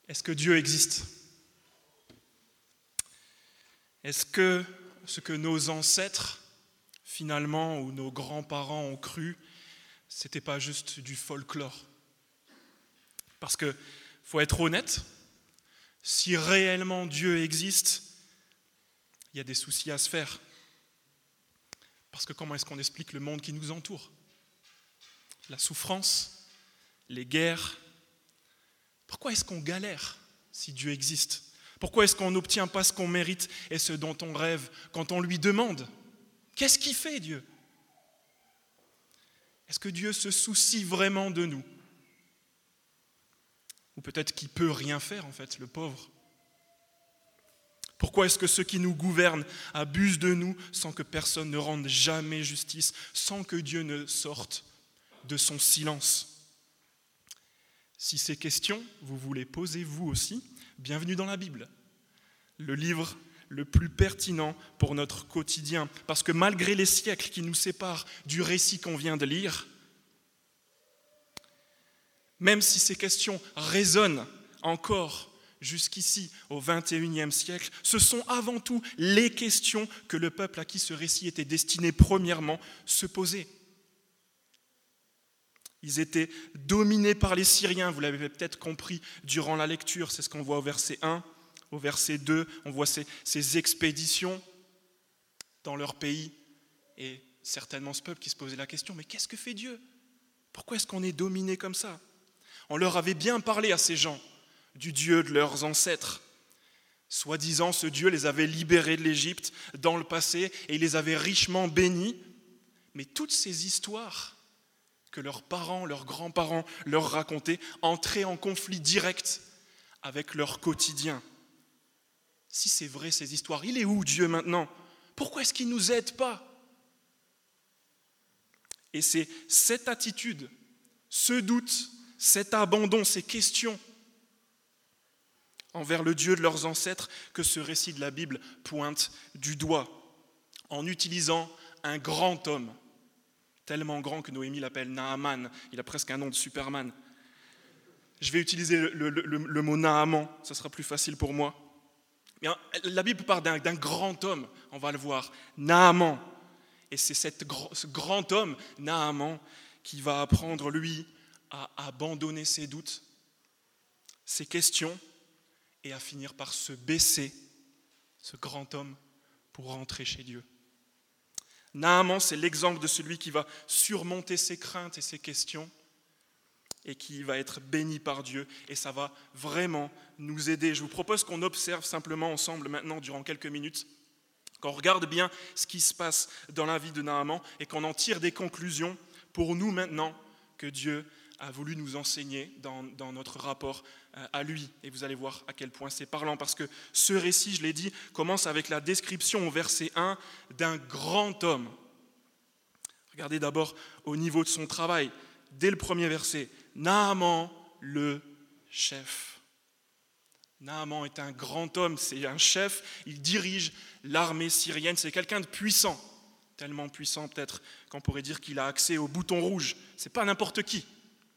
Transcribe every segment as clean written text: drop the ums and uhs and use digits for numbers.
Est-ce que Dieu existe ? Est-ce que ce que nos ancêtres, finalement, ou nos grands-parents ont cru, c'était pas juste du folklore ? Parce que, faut être honnête, si réellement Dieu existe, il y a des soucis à se faire. Parce que comment est-ce qu'on explique le monde qui nous entoure ? La souffrance, les guerres. Pourquoi est-ce qu'on galère si Dieu existe ? Pourquoi est-ce qu'on n'obtient pas ce qu'on mérite et ce dont on rêve quand on lui demande ? Qu'est-ce qu'il fait, Dieu ? Est-ce que Dieu se soucie vraiment de nous ? Ou peut-être qu'il ne peut rien faire, en fait, le pauvre. Pourquoi est-ce que ceux qui nous gouvernent abusent de nous sans que personne ne rende jamais justice, sans que Dieu ne sorte de son silence ? Si ces questions, vous vous les posez vous aussi, bienvenue dans la Bible, le livre le plus pertinent pour notre quotidien. Parce que malgré les siècles qui nous séparent du récit qu'on vient de lire, même si ces questions résonnent encore jusqu'ici au XXIe siècle, ce sont avant tout les questions que le peuple à qui ce récit était destiné premièrement se posait. Ils étaient dominés par les Syriens, vous l'avez peut-être compris durant la lecture, c'est ce qu'on voit au verset 1, au verset 2, on voit ces expéditions dans leur pays, et certainement ce peuple qui se posait la question, mais qu'est-ce que fait Dieu ? Pourquoi est-ce qu'on est dominé comme ça ? On leur avait bien parlé à ces gens du Dieu de leurs ancêtres. Soi-disant, ce Dieu les avait libérés de l'Égypte dans le passé et il les avait richement bénis. Mais toutes ces histoires que leurs parents, leurs grands-parents leur racontaient entraient en conflit direct avec leur quotidien. Si c'est vrai ces histoires, il est où Dieu maintenant ? Pourquoi est-ce qu'il ne nous aide pas ? Et c'est cette attitude, ce doute, cet abandon, ces questions envers le Dieu de leurs ancêtres que ce récit de la Bible pointe du doigt, en utilisant un grand homme, tellement grand que Noémie l'appelle Naaman, il a presque un nom de Superman. Je vais utiliser le mot Naaman, ça sera plus facile pour moi. Bien, la Bible parle d'un grand homme, on va le voir, Naaman. Et c'est ce grand homme, Naaman, qui va apprendre, lui, à abandonner ses doutes, ses questions, et à finir par se baisser, ce grand homme, pour rentrer chez Dieu. Naaman, c'est l'exemple de celui qui va surmonter ses craintes et ses questions, et qui va être béni par Dieu, et ça va vraiment nous aider. Je vous propose qu'on observe simplement ensemble maintenant, durant quelques minutes, qu'on regarde bien ce qui se passe dans la vie de Naaman, et qu'on en tire des conclusions pour nous maintenant, que Dieu a voulu nous enseigner dans notre rapport à lui. Et vous allez voir à quel point c'est parlant, parce que ce récit, je l'ai dit, commence avec la description au verset 1 d'un grand homme. Regardez d'abord au niveau de son travail. Dès le premier verset, Naaman le chef. Naaman est un grand homme, c'est un chef, il dirige l'armée syrienne, c'est quelqu'un de puissant, tellement puissant peut-être qu'on pourrait dire qu'il a accès au bouton rouge, c'est pas n'importe qui.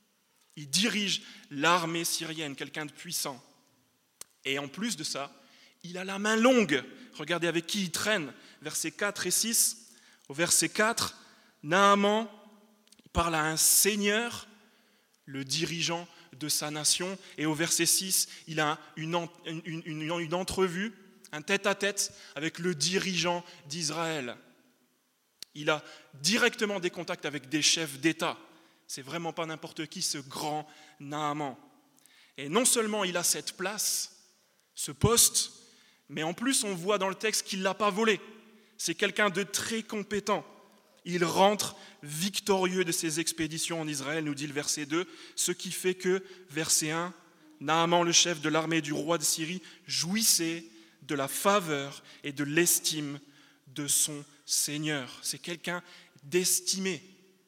Il dirige l'armée syrienne, quelqu'un de puissant. Et en plus de ça, il a la main longue. Regardez avec qui il traîne. Versets 4 et 6. Au verset 4, Naaman parle à un seigneur, le dirigeant de sa nation. Et au verset 6, il a une entrevue, un tête-à-tête avec le dirigeant d'Israël. Il a directement des contacts avec des chefs d'État. C'est vraiment pas n'importe qui, ce grand Naaman. Et non seulement il a cette place, ce poste, mais en plus on voit dans le texte qu'il ne l'a pas volé. C'est quelqu'un de très compétent. Il rentre victorieux de ses expéditions en Israël, nous dit le verset 2, ce qui fait que, verset 1, Naaman, le chef de l'armée du roi de Syrie, jouissait de la faveur et de l'estime de son Seigneur. C'est quelqu'un d'estimé,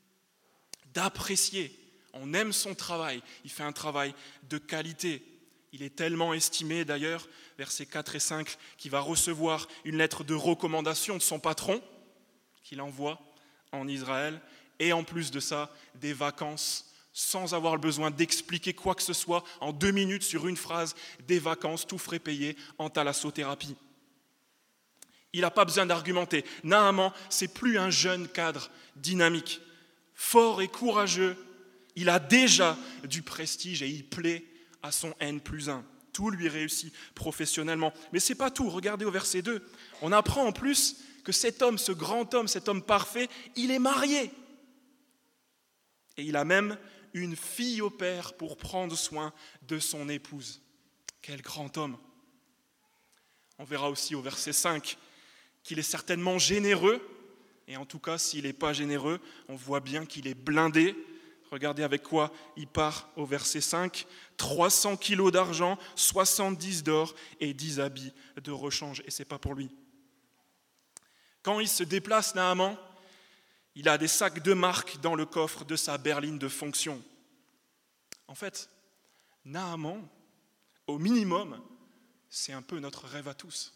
d'apprécier. On aime son travail, il fait un travail de qualité. Il est tellement estimé d'ailleurs, versets 4 et 5, qu'il va recevoir une lettre de recommandation de son patron, qu'il envoie en Israël, et en plus de ça, des vacances sans avoir le besoin d'expliquer quoi que ce soit, en 2 minutes sur une phrase, des vacances, tout frais payé, en thalassothérapie. Il n'a pas besoin d'argumenter. Naaman, c'est plus un jeune cadre dynamique, fort et courageux. Il a déjà du prestige et il plaît à son N+1. Tout lui réussit professionnellement. Mais ce n'est pas tout. Regardez au verset 2. On apprend en plus que cet homme, ce grand homme, cet homme parfait, il est marié. Et il a même une fille au père pour prendre soin de son épouse. Quel grand homme! On verra aussi au verset 5 qu'il est certainement généreux. Et en tout cas, s'il n'est pas généreux, on voit bien qu'il est blindé. Regardez avec quoi il part au verset 5. 300 kilos d'argent, 70 d'or et 10 habits de rechange. Et ce n'est pas pour lui. Quand il se déplace, Naaman, il a des sacs de marque dans le coffre de sa berline de fonction. En fait, Naaman, au minimum, c'est un peu notre rêve à tous.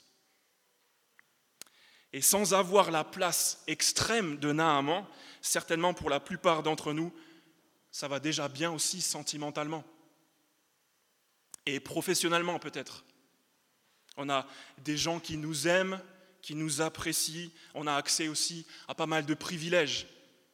Et sans avoir la place extrême de Naaman, certainement pour la plupart d'entre nous, ça va déjà bien aussi sentimentalement. Et professionnellement peut-être. On a des gens qui nous aiment, qui nous apprécient, on a accès aussi à pas mal de privilèges.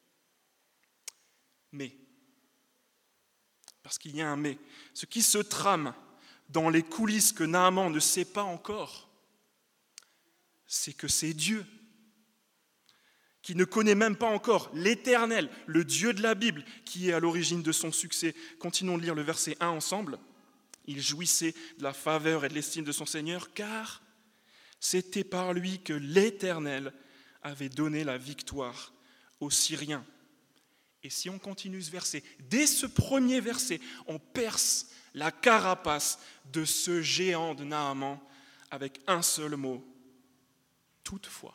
Mais, parce qu'il y a un mais, ce qui se trame dans les coulisses que Naaman ne sait pas encore, c'est que c'est Dieu, qui ne connaît même pas encore l'Éternel, le Dieu de la Bible, qui est à l'origine de son succès. Continuons de lire le verset 1 ensemble. Il jouissait de la faveur et de l'estime de son Seigneur, car c'était par lui que l'Éternel avait donné la victoire aux Syriens. Et si on continue ce verset, dès ce premier verset, on perce la carapace de ce géant de Naaman avec un seul mot. Toutefois,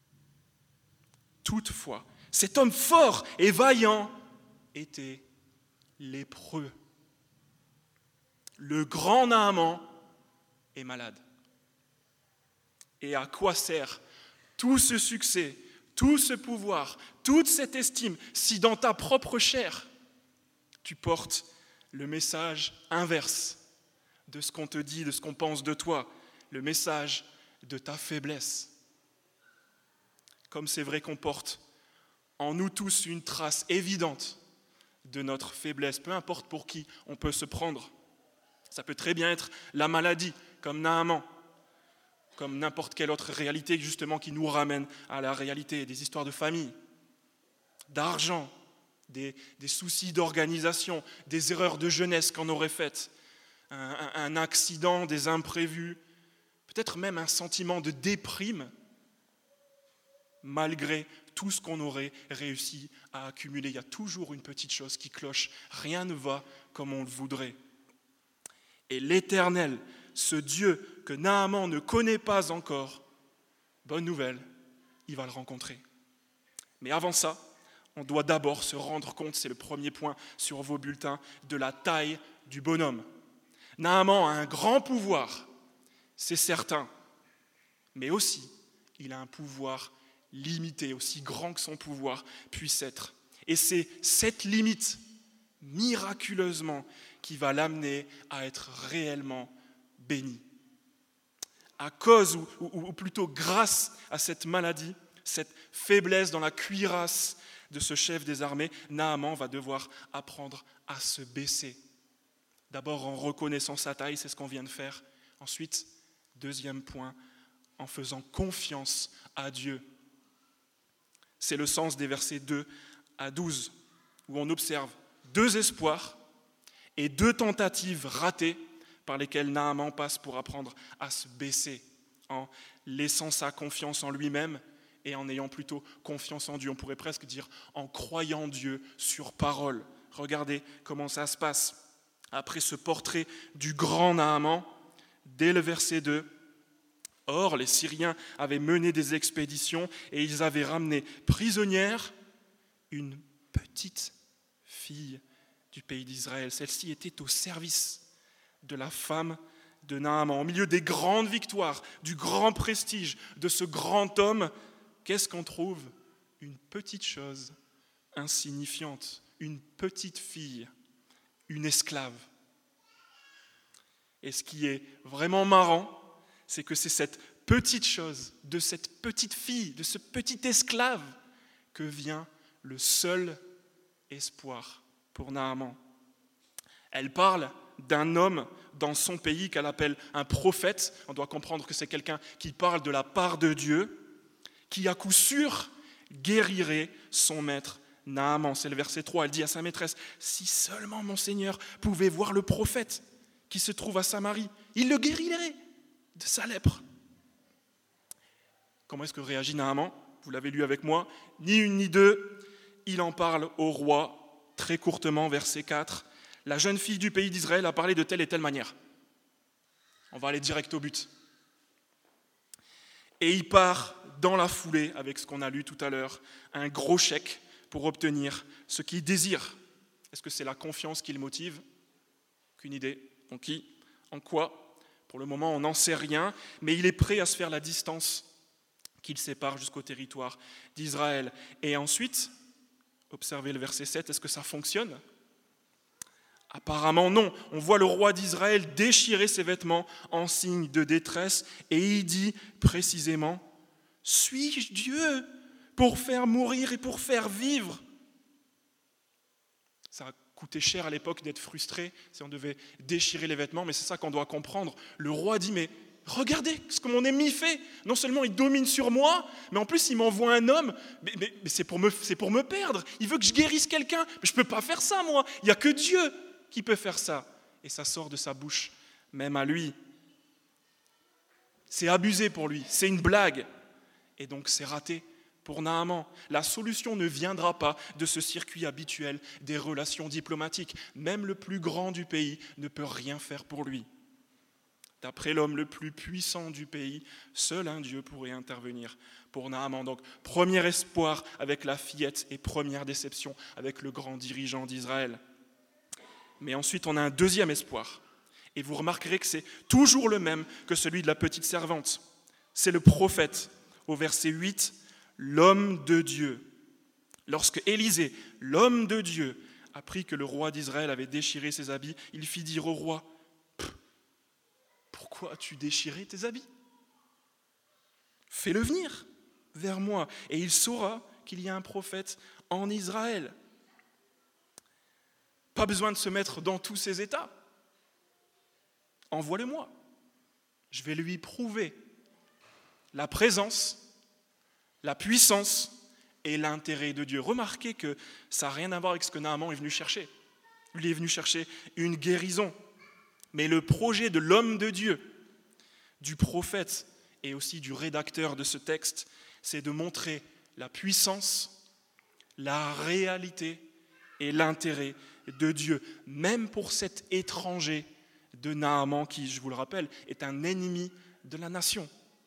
cet homme fort et vaillant était lépreux. Le grand Naaman est malade. Et à quoi sert tout ce succès, tout ce pouvoir, toute cette estime, si dans ta propre chair, tu portes le message inverse de ce qu'on te dit, de ce qu'on pense de toi, le message de ta faiblesse. Comme c'est vrai qu'on porte en nous tous une trace évidente de notre faiblesse, peu importe pour qui on peut se prendre. Ça peut très bien être la maladie, comme Naaman, comme n'importe quelle autre réalité justement qui nous ramène à la réalité, des histoires de famille, d'argent, des soucis d'organisation, des erreurs de jeunesse qu'on aurait faites, un accident, des imprévus, peut-être même un sentiment de déprime, malgré tout ce qu'on aurait réussi à accumuler. Il y a toujours une petite chose qui cloche. Rien ne va comme on le voudrait. Et l'Éternel, ce Dieu que Naaman ne connaît pas encore, bonne nouvelle, il va le rencontrer. Mais avant ça, on doit d'abord se rendre compte, c'est le premier point sur vos bulletins, de la taille du bonhomme. Naaman a un grand pouvoir, c'est certain, mais aussi il a un pouvoir limité, aussi grand que son pouvoir puisse être. Et c'est cette limite, miraculeusement, qui va l'amener à être réellement béni. À cause, ou plutôt grâce à cette maladie, cette faiblesse dans la cuirasse de ce chef des armées, Naaman va devoir apprendre à se baisser. D'abord en reconnaissant sa taille, c'est ce qu'on vient de faire. Ensuite, deuxième point, en faisant confiance à Dieu. C'est le sens des versets 2 à 12, où on observe 2 espoirs et 2 tentatives ratées par lesquelles Naaman passe pour apprendre à se baisser, en laissant sa confiance en lui-même et en ayant plutôt confiance en Dieu. On pourrait presque dire en croyant Dieu sur parole. Regardez comment ça se passe. Après ce portrait du grand Naaman, dès le verset 2, « Or, les Syriens avaient mené des expéditions et ils avaient ramené prisonnière une petite fille du pays d'Israël. Celle-ci était au service de la femme de Naaman. Au milieu des grandes victoires, du grand prestige de ce grand homme, qu'est-ce qu'on trouve ? Une petite chose insignifiante, une petite fille, une esclave. Et ce qui est vraiment marrant, c'est que c'est cette petite chose, de cette petite fille, de ce petit esclave, que vient le seul espoir pour Naaman. Elle parle d'un homme dans son pays qu'elle appelle un prophète. On doit comprendre que c'est quelqu'un qui parle de la part de Dieu, qui à coup sûr guérirait son maître Naaman. C'est le verset 3, elle dit à sa maîtresse, « Si seulement mon Seigneur pouvait voir le prophète qui se trouve à Samarie, il le guérirait de sa lèpre. » Comment est-ce que réagit Naaman ? Vous l'avez lu avec moi, ni une ni deux. Il en parle au roi, très courtement, verset 4. La jeune fille du pays d'Israël a parlé de telle et telle manière. On va aller direct au but. Et il part dans la foulée, avec ce qu'on a lu tout à l'heure, un gros chèque pour obtenir ce qu'il désire. Est-ce que c'est la confiance qui le motive ? Aucune idée. En qui ? En quoi ? Pour le moment, on n'en sait rien, mais il est prêt à se faire la distance qu'il sépare jusqu'au territoire d'Israël. Et ensuite, observez le verset 7, est-ce que ça fonctionne ? Apparemment non. On voit le roi d'Israël déchirer ses vêtements en signe de détresse et il dit précisément « Suis-je Dieu pour faire mourir et pour faire vivre ?» Ça a coûté cher à l'époque d'être frustré si on devait déchirer les vêtements, mais c'est ça qu'on doit comprendre. Le roi dit « Mais regardez ce que mon ennemi fait. Non seulement il domine sur moi, mais en plus il m'envoie un homme. Mais c'est pour me perdre. Il veut que je guérisse quelqu'un. Mais je ne peux pas faire ça, moi. Il n'y a que Dieu qui peut faire ça. » Et ça sort de sa bouche, même à lui. C'est abusé pour lui. C'est une blague. Et donc c'est raté pour Naaman. La solution ne viendra pas de ce circuit habituel des relations diplomatiques. Même le plus grand du pays ne peut rien faire pour lui. D'après l'homme le plus puissant du pays, seul un Dieu pourrait intervenir pour Naaman. Donc, premier espoir avec la fillette et première déception avec le grand dirigeant d'Israël. Mais ensuite, on a un deuxième espoir. Et vous remarquerez que c'est toujours le même que celui de la petite servante. C'est le prophète. Au verset 8, l'homme de Dieu. Lorsque Élisée, l'homme de Dieu, apprit que le roi d'Israël avait déchiré ses habits, il fit dire au roi, « Pourquoi as-tu déchiré tes habits ? Fais-le venir vers moi, et il saura qu'il y a un prophète en Israël. » Pas besoin de se mettre dans tous ces états. Envoie-le-moi. Je vais lui prouver la présence, la puissance et l'intérêt de Dieu. Remarquez que ça n'a rien à voir avec ce que Naaman est venu chercher. Il est venu chercher une guérison. Mais le projet de l'homme de Dieu, du prophète et aussi du rédacteur de ce texte, c'est de montrer la puissance, la réalité et l'intérêt de Dieu, même pour cet étranger de Naaman qui, je vous le rappelle, est un ennemi de la nation.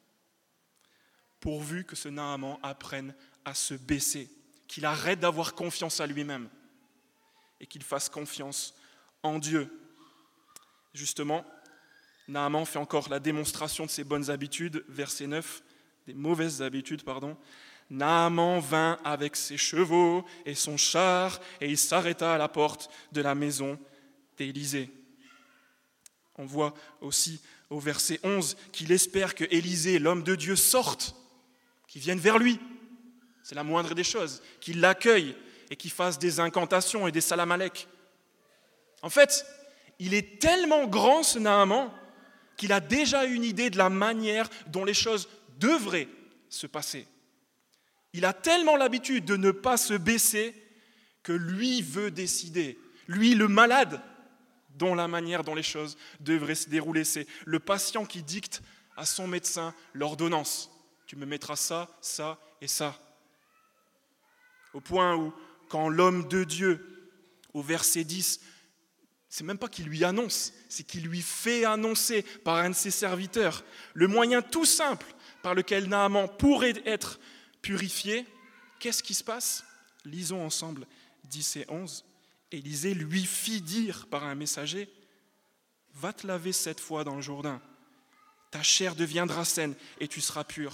Pourvu que ce Naaman apprenne à se baisser, qu'il arrête d'avoir confiance à lui-même et qu'il fasse confiance en Dieu. Justement, Naaman fait encore la démonstration de ses bonnes habitudes, verset 9, des mauvaises habitudes, pardon. Naaman vint avec ses chevaux et son char et il s'arrêta à la porte de la maison d'Élisée. On voit aussi au verset 11 qu'il espère que Élisée, l'homme de Dieu, sorte, qu'il vienne vers lui. C'est la moindre des choses, qu'il l'accueille et qu'il fasse des incantations et des salam alek. En fait, il est tellement grand ce Naaman qu'il a déjà une idée de la manière dont les choses devraient se passer. Il a tellement l'habitude de ne pas se baisser que lui veut décider. Lui, le malade, dont la manière dont les choses devraient se dérouler. C'est le patient qui dicte à son médecin l'ordonnance. Tu me mettras ça, ça et ça. Au point où, quand l'homme de Dieu, au verset 10, c'est même pas qu'il lui annonce, c'est qu'il lui fait annoncer par un de ses serviteurs le moyen tout simple par lequel Naaman pourrait être purifié. Qu'est-ce qui se passe ? Lisons ensemble 10 et 11. Élisée lui fit dire par un messager « Va te laver 7 fois dans le Jourdain, ta chair deviendra saine et tu seras pur. »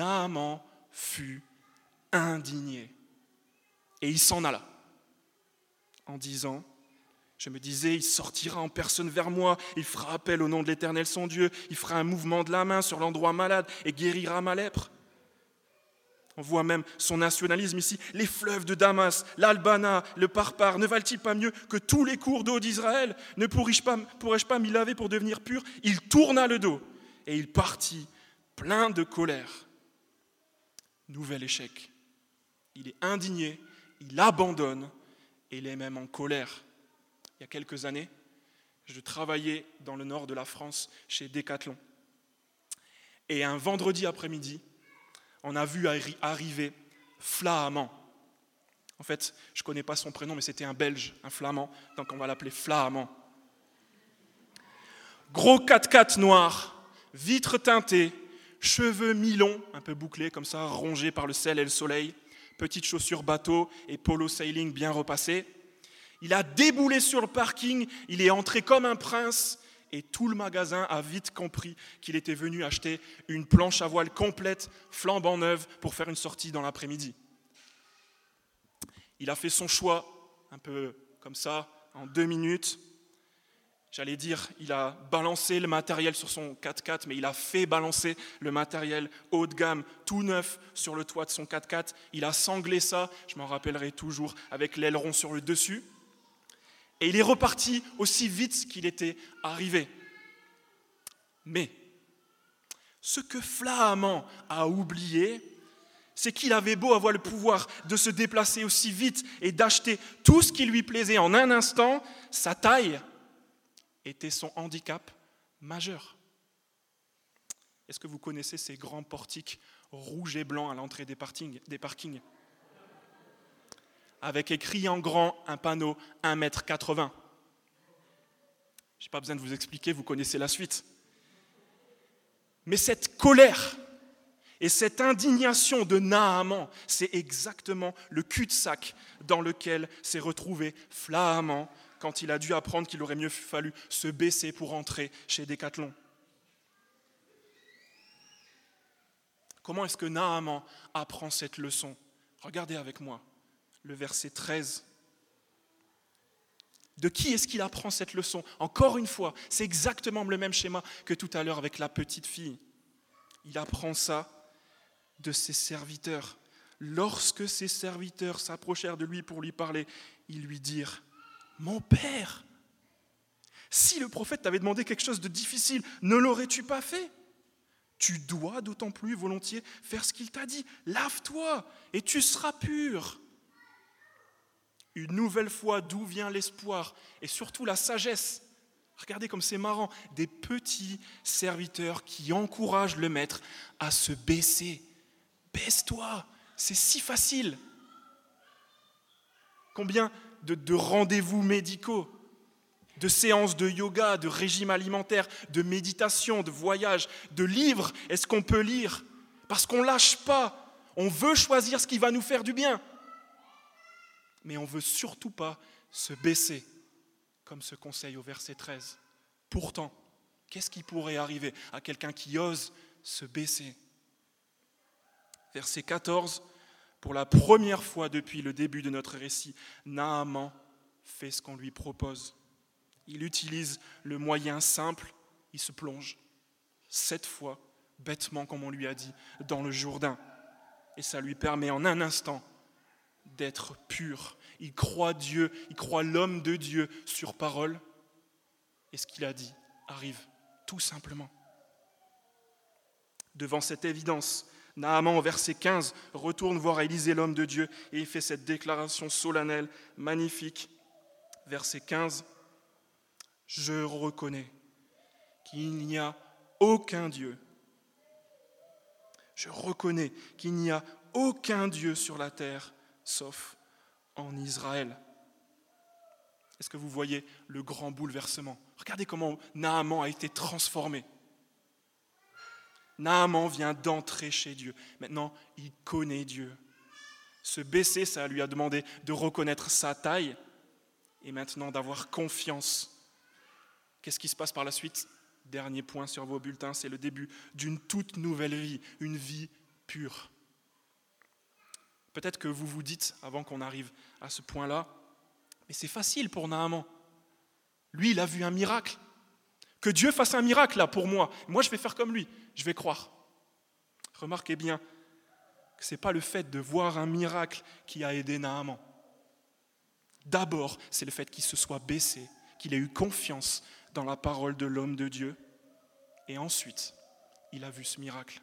Naaman fut indigné et il s'en alla. en disant, je me disais, il sortira en personne vers moi, il fera appel au nom de l'Éternel son Dieu, il fera un mouvement de la main sur l'endroit malade et guérira ma lèpre. On voit même son nationalisme ici. Les fleuves de Damas, l'Albana, le Parpar, ne valent-ils pas mieux que tous les cours d'eau d'Israël? Ne pourrais-je pas m'y laver pour devenir pur? Il tourna le dos et il partit plein de colère. Nouvel échec. Il est indigné, il abandonne et il est même en colère. Il y a quelques années, je travaillais dans le nord de la France chez Decathlon. Et un vendredi après-midi, on a vu arriver Flamand. En fait, je ne connais pas son prénom, mais c'était un Belge, un Flamand, donc on va l'appeler Flamand. Gros 4x4 noir, vitres teintées, cheveux mi-longs, un peu bouclés comme ça, rongés par le sel et le soleil, petites chaussures bateau et polo sailing bien repassés. Il a déboulé sur le parking, il est entré comme un prince et tout le magasin a vite compris qu'il était venu acheter une planche à voile complète, flambant neuve, pour faire une sortie dans l'après-midi. Il a fait son choix, un peu comme ça, en 2 minutes. J'allais dire, il a balancé le matériel sur son 4x4, mais il a fait balancer le matériel haut de gamme, tout neuf, sur le toit de son 4x4. Il a sanglé ça, je m'en rappellerai toujours, avec l'aileron sur le dessus. Et il est reparti aussi vite qu'il était arrivé. Mais ce que Flamand a oublié, c'est qu'il avait beau avoir le pouvoir de se déplacer aussi vite et d'acheter tout ce qui lui plaisait en un instant, sa taille était son handicap majeur. Est-ce que vous connaissez ces grands portiques rouges et blancs à l'entrée des parkings avec écrit en grand un panneau 1,80 m. Je n'ai pas besoin de vous expliquer, vous connaissez la suite. Mais cette colère et cette indignation de Naaman, c'est exactement le cul-de-sac dans lequel s'est retrouvé Flamand quand il a dû apprendre qu'il aurait mieux fallu se baisser pour entrer chez Decathlon. Comment est-ce que Naaman apprend cette leçon? Regardez avec moi le verset 13. De qui est-ce qu'il apprend cette leçon? Encore une fois, c'est exactement le même schéma que tout à l'heure avec la petite fille. Il apprend ça de ses serviteurs. Lorsque ses serviteurs s'approchèrent de lui pour lui parler, ils lui dirent « Mon père, si le prophète t'avait demandé quelque chose de difficile, ne l'aurais-tu pas fait? Tu dois d'autant plus volontiers faire ce qu'il t'a dit. Lave-toi et tu seras pur. » Une nouvelle fois, d'où vient l'espoir et surtout la sagesse? Regardez comme c'est marrant, des petits serviteurs qui encouragent le maître à se baisser. Baisse-toi, c'est si facile. Combien de rendez-vous médicaux, de séances de yoga, de régime alimentaire, de méditation, de voyage, de livres est-ce qu'on peut lire? Parce qu'on ne lâche pas, on veut choisir ce qui va nous faire du bien. Mais on ne veut surtout pas se baisser, comme ce conseil au verset 13. Pourtant, qu'est-ce qui pourrait arriver à quelqu'un qui ose se baisser? Verset 14, pour la première fois depuis le début de notre récit, Naaman fait ce qu'on lui propose. Il utilise le moyen simple, il se plonge 7 fois, bêtement comme on lui a dit, dans le Jourdain. Et ça lui permet en un instant d'être pur. Il croit Dieu, il croit l'homme de Dieu sur parole. Et ce qu'il a dit arrive tout simplement. Devant cette évidence, Naaman, au verset 15, retourne voir Élisée, l'homme de Dieu, et il fait cette déclaration solennelle, magnifique. Verset 15, « Je reconnais qu'il n'y a aucun Dieu. Je reconnais qu'il n'y a aucun Dieu sur la terre, sauf en Israël. » Est-ce que vous voyez le grand bouleversement? Regardez comment Naaman a été transformé. Naaman vient d'entrer chez Dieu. Maintenant, il connaît Dieu. Se baisser, ça lui a demandé de reconnaître sa taille et maintenant d'avoir confiance. Qu'est-ce qui se passe par la suite? Dernier point sur vos bulletins, c'est le début d'une toute nouvelle vie, une vie pure. Peut-être que vous vous dites, avant qu'on arrive à ce point-là, Mais c'est facile pour Naaman. Lui, il a vu un miracle. Que Dieu fasse un miracle là pour moi. Moi, je vais faire comme lui. Je vais croire. Remarquez bien que ce n'est pas le fait de voir un miracle qui a aidé Naaman. D'abord, c'est le fait qu'il se soit baissé, qu'il ait eu confiance dans la parole de l'homme de Dieu. Et ensuite, il a vu ce miracle.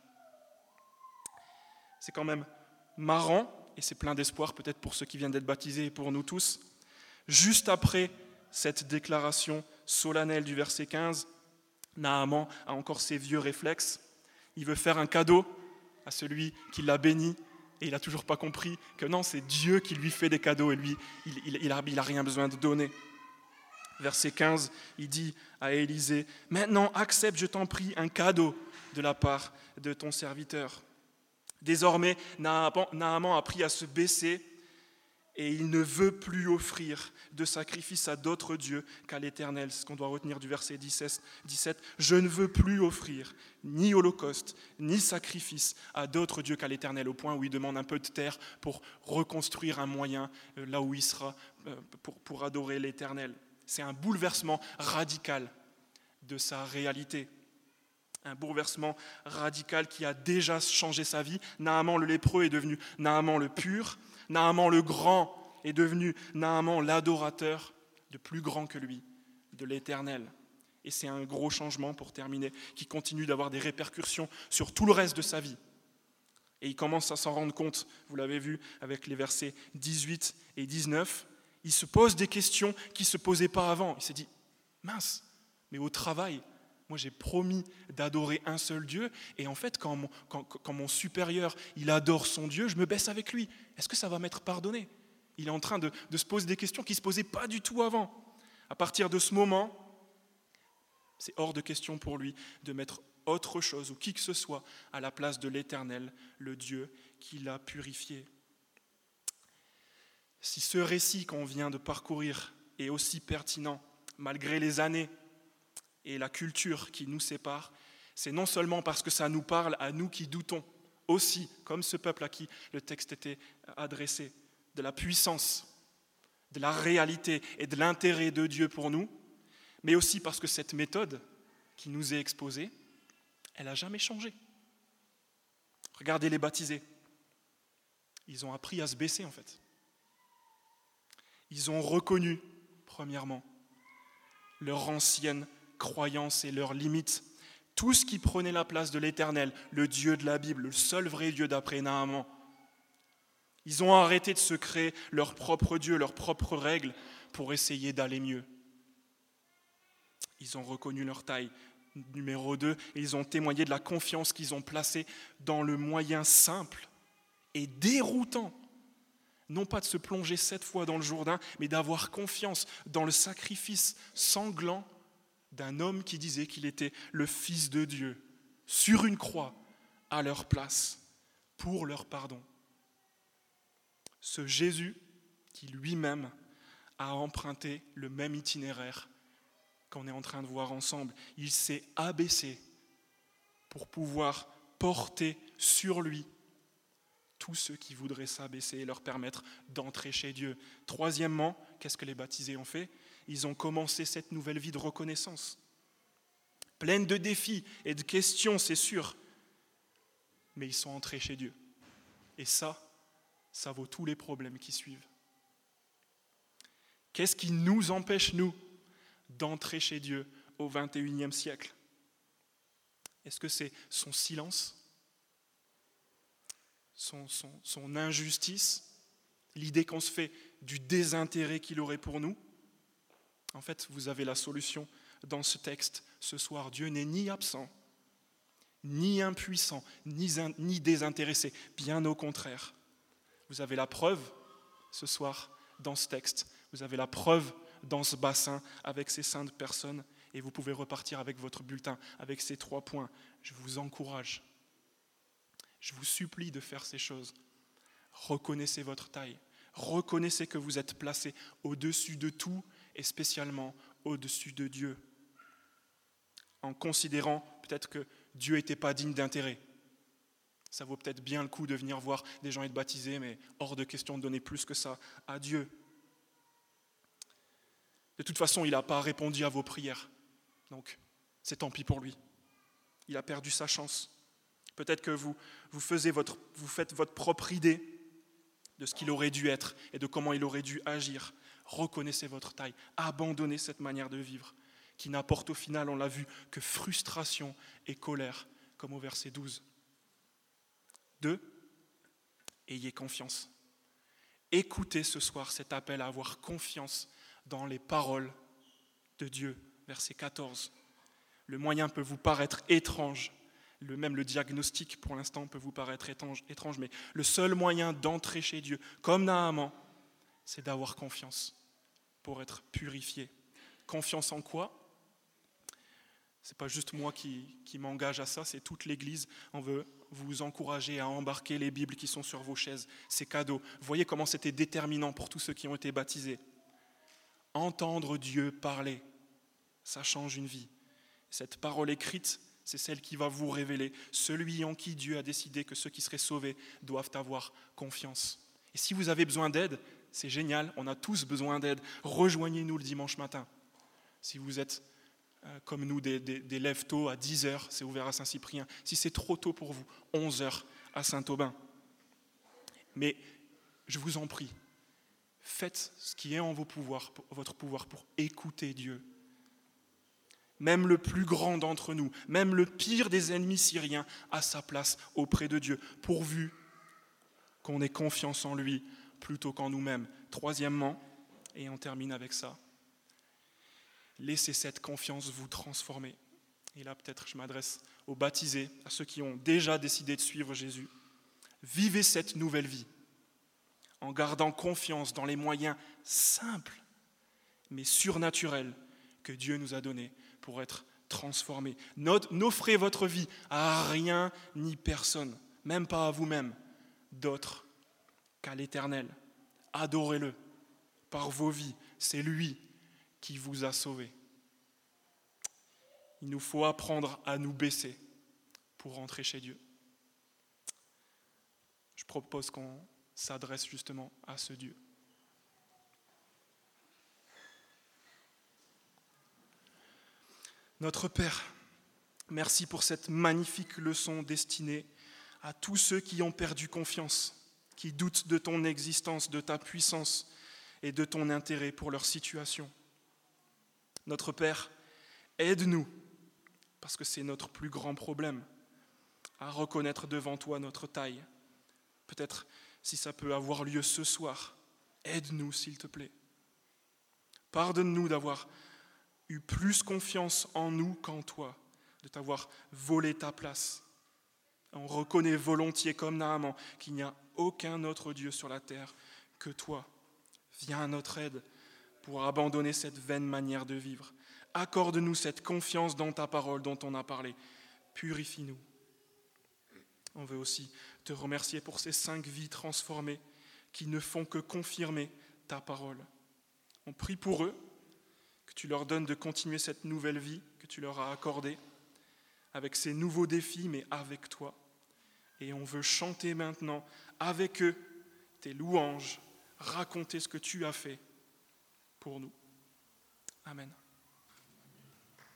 C'est quand même marrant, et c'est plein d'espoir peut-être pour ceux qui viennent d'être baptisés et pour nous tous. Juste après cette déclaration solennelle du verset 15, Naaman a encore ses vieux réflexes. Il veut faire un cadeau à celui qui l'a béni, et il n'a toujours pas compris que non, c'est Dieu qui lui fait des cadeaux, et lui, il a rien besoin de donner. Verset 15, il dit à Élisée, « Maintenant, accepte, je t'en prie, un cadeau de la part de ton serviteur. » Désormais, Naaman a appris à se baisser et il ne veut plus offrir de sacrifice à d'autres dieux qu'à l'Éternel. C'est ce qu'on doit retenir du verset 17. « Je ne veux plus offrir ni holocauste, ni sacrifice à d'autres dieux qu'à l'Éternel. » Au point où il demande un peu de terre pour reconstruire un moyen là où il sera pour adorer l'Éternel. C'est un bouleversement radical de sa réalité. Un bouleversement radical qui a déjà changé sa vie. Naaman le lépreux est devenu Naaman le pur. Naaman le grand est devenu Naaman l'adorateur, de plus grand que lui, de l'Éternel. Et c'est un gros changement, pour terminer, qui continue d'avoir des répercussions sur tout le reste de sa vie. Et il commence à s'en rendre compte, vous l'avez vu avec les versets 18 et 19. Il se pose des questions qui ne se posaient pas avant. Il s'est dit, mince, mais au travail, moi j'ai promis d'adorer un seul Dieu, et en fait quand mon supérieur il adore son Dieu, je me baisse avec lui. Est-ce que ça va m'être pardonné ? Il est en train de se poser des questions qui ne se posaient pas du tout avant. À partir de ce moment, c'est hors de question pour lui de mettre autre chose ou qui que ce soit à la place de l'Éternel, le Dieu qui l'a purifié. Si ce récit qu'on vient de parcourir est aussi pertinent, malgré les années et la culture qui nous sépare, c'est non seulement parce que ça nous parle à nous qui doutons, aussi, comme ce peuple à qui le texte était adressé, de la puissance, de la réalité et de l'intérêt de Dieu pour nous, mais aussi parce que cette méthode qui nous est exposée, elle n'a jamais changé. Regardez les baptisés. Ils ont appris à se baisser en fait. Ils ont reconnu, premièrement, leur ancienne croyance et leurs limites. Tout ce qui prenait la place de l'Éternel, le Dieu de la Bible, le seul vrai Dieu d'après Naaman. Ils ont arrêté de se créer leur propre Dieu, leurs propres règles pour essayer d'aller mieux. Ils ont reconnu leur taille, numéro 2, et ils ont témoigné de la confiance qu'ils ont placée dans le moyen simple et déroutant, non pas de se plonger 7 fois dans le Jourdain, mais d'avoir confiance dans le sacrifice sanglant d'un homme qui disait qu'il était le Fils de Dieu, sur une croix, à leur place, pour leur pardon. Ce Jésus qui lui-même a emprunté le même itinéraire qu'on est en train de voir ensemble. Il s'est abaissé pour pouvoir porter sur lui tous ceux qui voudraient s'abaisser et leur permettre d'entrer chez Dieu. Troisièmement, qu'est-ce que les baptisés ont fait ? Ils ont commencé cette nouvelle vie de reconnaissance. Pleine de défis et de questions, c'est sûr. Mais ils sont entrés chez Dieu. Et ça vaut tous les problèmes qui suivent. Qu'est-ce qui nous empêche, nous, d'entrer chez Dieu au XXIe siècle ? Est-ce que c'est son silence ? Son injustice, l'idée qu'on se fait du désintérêt qu'il aurait pour nous. En fait, vous avez la solution dans ce texte ce soir. Dieu n'est ni absent, ni impuissant, ni désintéressé. Bien au contraire. Vous avez la preuve ce soir dans ce texte. Vous avez la preuve dans ce bassin avec ces saintes personnes. Et vous pouvez repartir avec votre bulletin, avec ces 3 points. Je vous encourage. Je vous supplie de faire ces choses. Reconnaissez votre taille. Reconnaissez que vous êtes placé au-dessus de tout et spécialement au-dessus de Dieu. En considérant peut-être que Dieu n'était pas digne d'intérêt. Ça vaut peut-être bien le coup de venir voir des gens être baptisés, mais hors de question de donner plus que ça à Dieu. De toute façon, il n'a pas répondu à vos prières. Donc, c'est tant pis pour lui. Il a perdu sa chance. Peut-être que vous faites votre propre idée de ce qu'il aurait dû être et de comment il aurait dû agir. Reconnaissez votre taille. Abandonnez cette manière de vivre qui n'apporte au final, on l'a vu, que frustration et colère, comme au verset 12. 2. Ayez confiance. Écoutez ce soir cet appel à avoir confiance dans les paroles de Dieu. Verset 14. Le moyen peut vous paraître étrange, même le diagnostic pour l'instant peut vous paraître étrange, mais le seul moyen d'entrer chez Dieu, comme Naaman, c'est d'avoir confiance pour être purifié. Confiance en quoi ? Ce n'est pas juste moi qui m'engage à ça, c'est toute l'Église. On veut vous encourager à embarquer les Bibles qui sont sur vos chaises, ces cadeaux. Vous voyez comment c'était déterminant pour tous ceux qui ont été baptisés. Entendre Dieu parler, ça change une vie. Cette parole écrite, c'est celle qui va vous révéler celui en qui Dieu a décidé que ceux qui seraient sauvés doivent avoir confiance. Et si vous avez besoin d'aide, c'est génial, on a tous besoin d'aide. Rejoignez-nous le dimanche matin. Si vous êtes comme nous, des lève tôt à 10h, c'est ouvert à Saint-Cyprien. Si c'est trop tôt pour vous, 11h à Saint-Aubin. Mais je vous en prie, faites ce qui est en votre pouvoir pour écouter Dieu. Même le plus grand d'entre nous, même le pire des ennemis syriens a sa place auprès de Dieu, pourvu qu'on ait confiance en lui plutôt qu'en nous-mêmes. Troisièmement, et on termine avec ça, laissez cette confiance vous transformer. Et là, peut-être, je m'adresse aux baptisés, à ceux qui ont déjà décidé de suivre Jésus. Vivez cette nouvelle vie en gardant confiance dans les moyens simples, mais surnaturels que Dieu nous a donnés pour être transformés. N'offrez votre vie à rien ni personne, même pas à vous-même, d'autre qu'à l'Éternel. Adorez-le par vos vies. C'est lui qui vous a sauvés. Il nous faut apprendre à nous baisser pour rentrer chez Dieu. Je propose qu'on s'adresse justement à ce Dieu. Notre Père, merci pour cette magnifique leçon destinée à tous ceux qui ont perdu confiance, qui doutent de ton existence, de ta puissance et de ton intérêt pour leur situation. Notre Père, aide-nous, parce que c'est notre plus grand problème, à reconnaître devant toi notre taille. Peut-être si ça peut avoir lieu ce soir, aide-nous s'il te plaît. Pardonne-nous d'avoir eu plus confiance en nous qu'en toi, de t'avoir volé ta place. On reconnaît volontiers comme Naaman qu'il n'y a aucun autre Dieu sur la terre que toi. Viens à notre aide pour abandonner cette vaine manière de vivre. Accorde-nous cette confiance dans ta parole dont on a parlé. Purifie-nous. On veut aussi te remercier pour ces 5 vies transformées qui ne font que confirmer ta parole. On prie pour eux, que tu leur donnes de continuer cette nouvelle vie que tu leur as accordée, avec ces nouveaux défis, mais avec toi. Et on veut chanter maintenant avec eux tes louanges, raconter ce que tu as fait pour nous. Amen.